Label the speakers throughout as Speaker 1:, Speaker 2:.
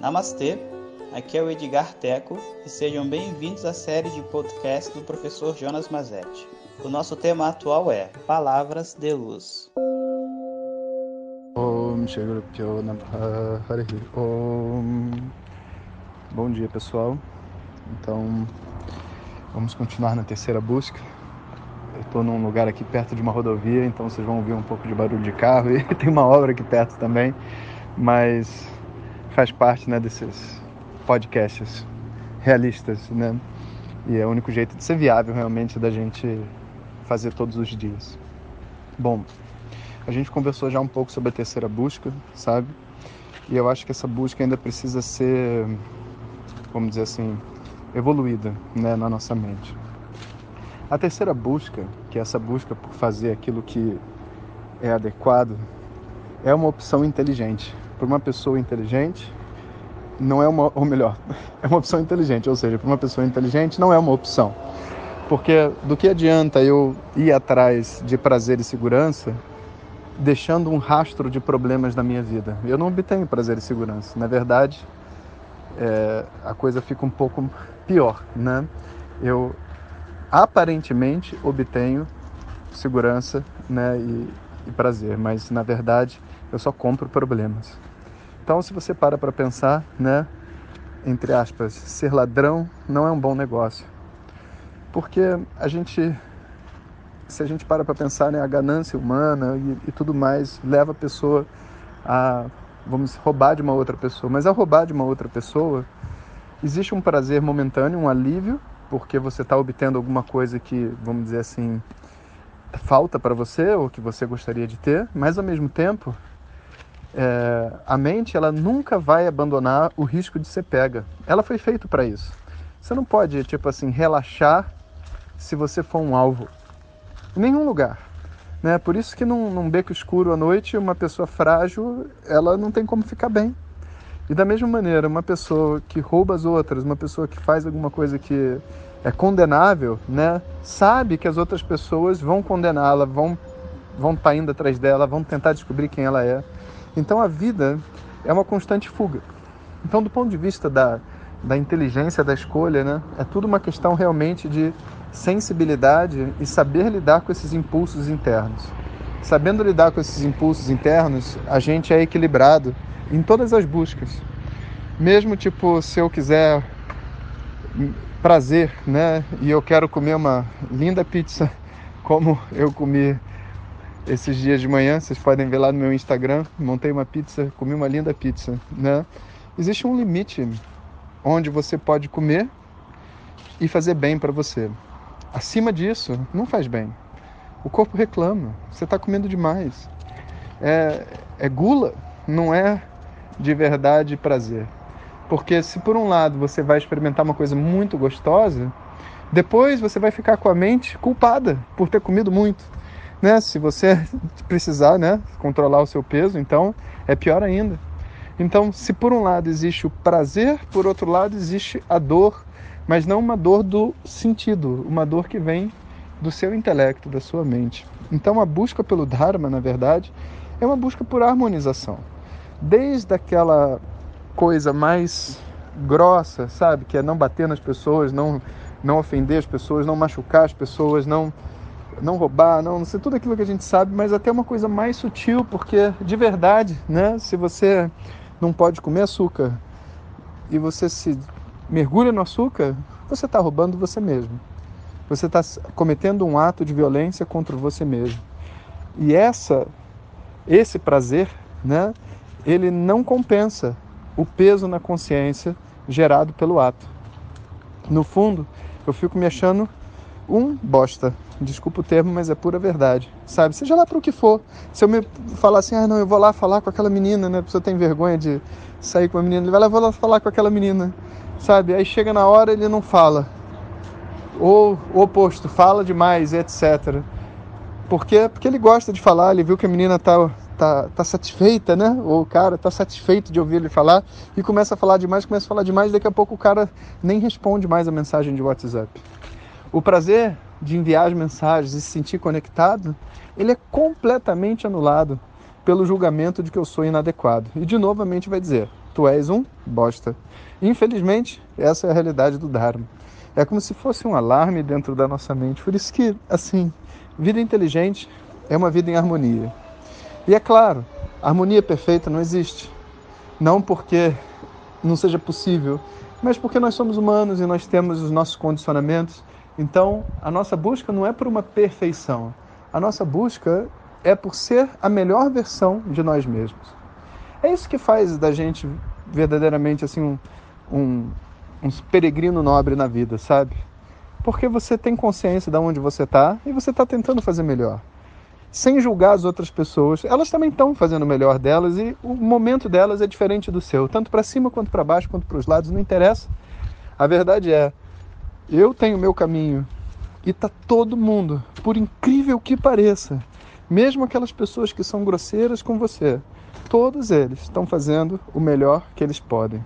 Speaker 1: Namastê, aqui é o Edgar Teco e sejam bem-vindos à série de podcast do professor Jonas Mazetti. O nosso tema atual é Palavras de Luz.
Speaker 2: Bom dia, pessoal. Então, vamos continuar na terceira busca. Eu estou num lugar aqui perto de uma rodovia, então vocês vão ouvir um pouco de barulho de carro e tem uma obra aqui perto também, mas faz parte, né, desses podcasts realistas, né? E é o único jeito de ser viável realmente da gente fazer todos os dias. Bom, a gente conversou já um pouco sobre a terceira busca, sabe? E eu acho que essa busca ainda precisa ser, vamos dizer assim, evoluída, né, na nossa mente. A terceira busca, que é essa busca por fazer aquilo que é adequado, é uma opção inteligente. Para uma pessoa inteligente, não é uma, ou melhor, é uma opção inteligente, ou seja, para uma pessoa inteligente não é uma opção. Porque do que adianta eu ir atrás de prazer e segurança, deixando um rastro de problemas na minha vida? Eu não obtenho prazer e segurança. Na verdade, a coisa fica um pouco pior, né? Eu aparentemente obtenho segurança, né, e prazer, mas na verdade eu só compro problemas. Então, se você para pensar, né, entre aspas, ser ladrão não é um bom negócio. Porque se a gente para pensar, né, a ganância humana e tudo mais leva a pessoa a, vamos roubar de uma outra pessoa. Mas ao roubar de uma outra pessoa, existe um prazer momentâneo, um alívio, porque você está obtendo alguma coisa que, vamos dizer assim, falta para você ou que você gostaria de ter, mas ao mesmo tempo, a mente ela nunca vai abandonar o risco de ser pega. Ela foi feita para isso. Você não pode, tipo assim, relaxar se você for um alvo. Em nenhum lugar. Né? Por isso que num beco escuro à noite, uma pessoa frágil, ela não tem como ficar bem. E da mesma maneira, uma pessoa que rouba as outras, uma pessoa que faz alguma coisa que é condenável, né, sabe que as outras pessoas vão condená-la, vão estar indo atrás dela, vão tentar descobrir quem ela é. Então a vida é uma constante fuga. Então, do ponto de vista da inteligência da escolha, né, é tudo uma questão realmente de sensibilidade e saber lidar com esses impulsos internos. Sabendo lidar com esses impulsos internos, a gente é equilibrado em todas as buscas. Mesmo, tipo, se eu quiser prazer, né, e eu quero comer uma linda pizza, como eu comi esses dias de manhã, vocês podem ver lá no meu Instagram, montei uma pizza, comi uma linda pizza, né? Existe um limite onde você pode comer e fazer bem para você. Acima disso, não faz bem. O corpo reclama, você está comendo demais. É gula, não é de verdade prazer. Porque se por um lado você vai experimentar uma coisa muito gostosa, depois você vai ficar com a mente culpada por ter comido muito. Né? Se você precisar, né, controlar o seu peso, então é pior ainda. Então, se por um lado existe o prazer, por outro lado existe a dor, mas não uma dor do sentido, uma dor que vem do seu intelecto, da sua mente. Então, a busca pelo Dharma, na verdade, é uma busca por harmonização. Desde aquela coisa mais grossa, sabe? Que é não bater nas pessoas, não ofender as pessoas, não machucar as pessoas, não roubar, não sei, tudo aquilo que a gente sabe, mas até uma coisa mais sutil, porque de verdade, né? Se você não pode comer açúcar e você se mergulha no açúcar, você está roubando você mesmo. Você está cometendo um ato de violência contra você mesmo. E esse prazer, né? Ele não compensa o peso na consciência gerado pelo ato. No fundo, eu fico me achando um bosta. Desculpa o termo, mas é pura verdade. Sabe? Seja lá para o que for. Se eu me falar assim, não, eu vou lá falar com aquela menina, né? A pessoa tem vergonha de sair com a menina, ele vai lá, vou lá falar com aquela menina. Sabe? Aí chega na hora, ele não fala. Ou o oposto, fala demais, etc. Por quê? Porque ele gosta de falar, ele viu que a menina tá satisfeita, né? Ou o cara tá satisfeito de ouvir ele falar e começa a falar demais, daqui a pouco o cara nem responde mais a mensagem de WhatsApp. O prazer de enviar as mensagens e se sentir conectado, ele é completamente anulado pelo julgamento de que eu sou inadequado. E de novo a mente vai dizer, tu és um bosta. Infelizmente, essa é a realidade do Dharma. É como se fosse um alarme dentro da nossa mente. Por isso que, assim, vida inteligente é uma vida em harmonia. E é claro, a harmonia perfeita não existe. Não porque não seja possível, mas porque nós somos humanos e nós temos os nossos condicionamentos. Então, a nossa busca não é por uma perfeição. A nossa busca é por ser a melhor versão de nós mesmos. É isso que faz da gente verdadeiramente assim um peregrino nobre na vida, sabe? Porque você tem consciência de onde você está e você está tentando fazer melhor. Sem julgar as outras pessoas, elas também estão fazendo o melhor delas e o momento delas é diferente do seu. Tanto para cima, quanto para baixo, quanto para os lados, não interessa. A verdade é, eu tenho o meu caminho e está todo mundo, por incrível que pareça, mesmo aquelas pessoas que são grosseiras com você, todos eles estão fazendo o melhor que eles podem.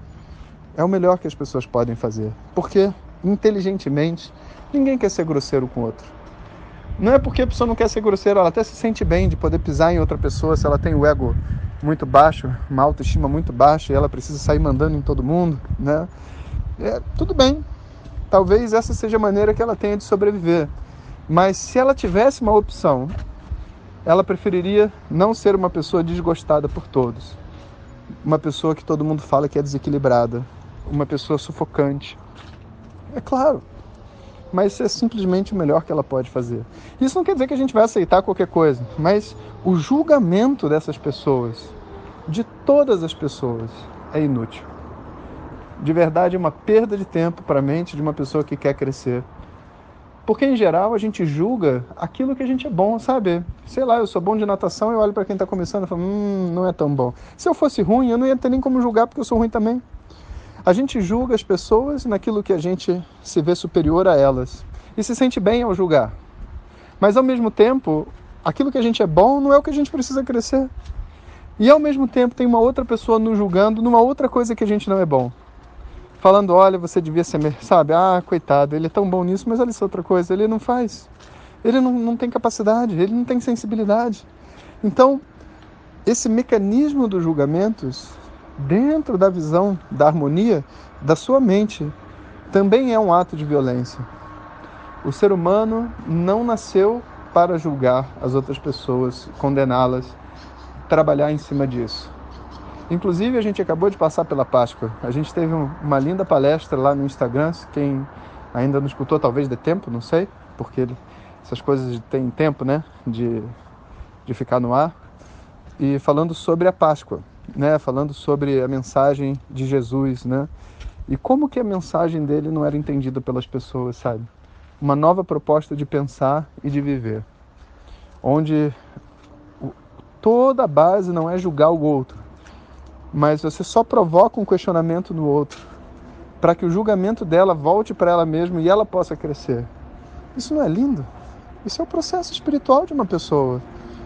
Speaker 2: É o melhor que as pessoas podem fazer. Porque, inteligentemente, ninguém quer ser grosseiro com o outro. Não é porque a pessoa não quer ser grosseira, ela até se sente bem de poder pisar em outra pessoa se ela tem o ego muito baixo, uma autoestima muito baixa e ela precisa sair mandando em todo mundo, né? Tudo bem. Talvez essa seja a maneira que ela tenha de sobreviver. Mas se ela tivesse uma opção, ela preferiria não ser uma pessoa desgostada por todos. Uma pessoa que todo mundo fala que é desequilibrada. Uma pessoa sufocante. É claro. Mas isso é simplesmente o melhor que ela pode fazer. Isso não quer dizer que a gente vai aceitar qualquer coisa, mas o julgamento dessas pessoas, de todas as pessoas, é inútil. De verdade, é uma perda de tempo para a mente de uma pessoa que quer crescer. Porque, em geral, a gente julga aquilo que a gente é bom, sabe? Sei lá, eu sou bom de natação, eu olho para quem está começando e falo, não é tão bom. Se eu fosse ruim, eu não ia ter nem como julgar, porque eu sou ruim também. A gente julga as pessoas naquilo que a gente se vê superior a elas. E se sente bem ao julgar. Mas, ao mesmo tempo, aquilo que a gente é bom não é o que a gente precisa crescer. E, ao mesmo tempo, tem uma outra pessoa nos julgando numa outra coisa que a gente não é bom. Falando, olha, você devia ser... Sabe, coitado, ele é tão bom nisso, mas olha essa outra coisa, ele não faz. Ele não tem capacidade, ele não tem sensibilidade. Então, esse mecanismo dos julgamentos, dentro da visão da harmonia da sua mente, também é um ato de violência. O ser humano não nasceu para julgar as outras pessoas, condená-las, trabalhar em cima disso. Inclusive, a gente acabou de passar pela Páscoa. A gente teve uma linda palestra lá no Instagram. Quem ainda não escutou, talvez dê tempo, não sei, porque essas coisas têm tempo, né, de ficar no ar. E falando sobre a Páscoa, né, falando sobre a mensagem de Jesus, né, e como que a mensagem dele não era entendida pelas pessoas, sabe? Uma nova proposta de pensar e de viver, onde toda a base não é julgar o outro, mas você só provoca um questionamento no outro, para que o julgamento dela volte para ela mesma e ela possa crescer. Isso não é lindo? Isso é o processo espiritual de uma pessoa,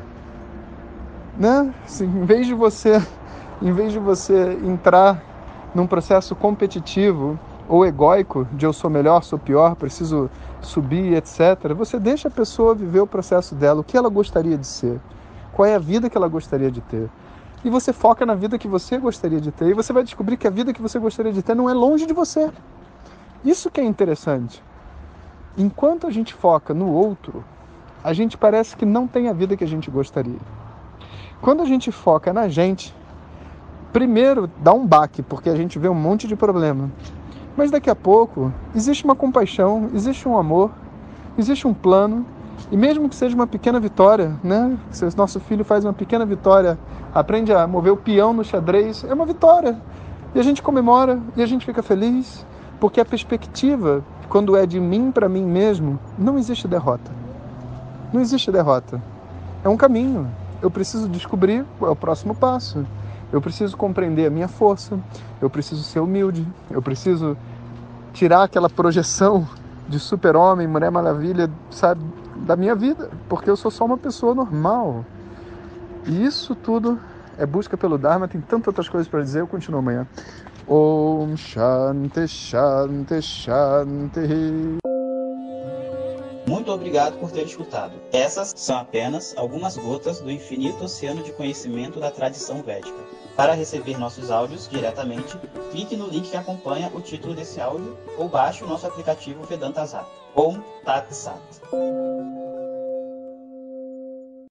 Speaker 2: né? Assim, em vez de você entrar num processo competitivo ou egóico, de eu sou melhor, sou pior, preciso subir, etc., você deixa a pessoa viver o processo dela, o que ela gostaria de ser, qual é a vida que ela gostaria de ter. E você foca na vida que você gostaria de ter. E você vai descobrir que a vida que você gostaria de ter não é longe de você. Isso que é interessante. Enquanto a gente foca no outro, a gente parece que não tem a vida que a gente gostaria. Quando a gente foca na gente, primeiro dá um baque, porque a gente vê um monte de problema. Mas daqui a pouco, existe uma compaixão, existe um amor, existe um plano. E mesmo que seja uma pequena vitória, né? Se o nosso filho faz uma pequena vitória, aprende a mover o peão no xadrez, é uma vitória. E a gente comemora, e a gente fica feliz, porque a perspectiva, quando é de mim para mim mesmo, não existe derrota. Não existe derrota. É um caminho. Eu preciso descobrir qual é o próximo passo. Eu preciso compreender a minha força, eu preciso ser humilde, eu preciso tirar aquela projeção de super-homem, Mulher Maravilha, sabe, da minha vida, porque eu sou só uma pessoa normal. E isso tudo é busca pelo Dharma. Tem tantas outras coisas para dizer, eu continuo amanhã. Om Shanti Shanti Shanti.
Speaker 1: Muito obrigado por ter escutado. Essas são apenas algumas gotas do infinito oceano de conhecimento da tradição védica. Para receber nossos áudios diretamente, clique no link que acompanha o título desse áudio ou baixe o nosso aplicativo Vedanta Zat, Om Tat Sat.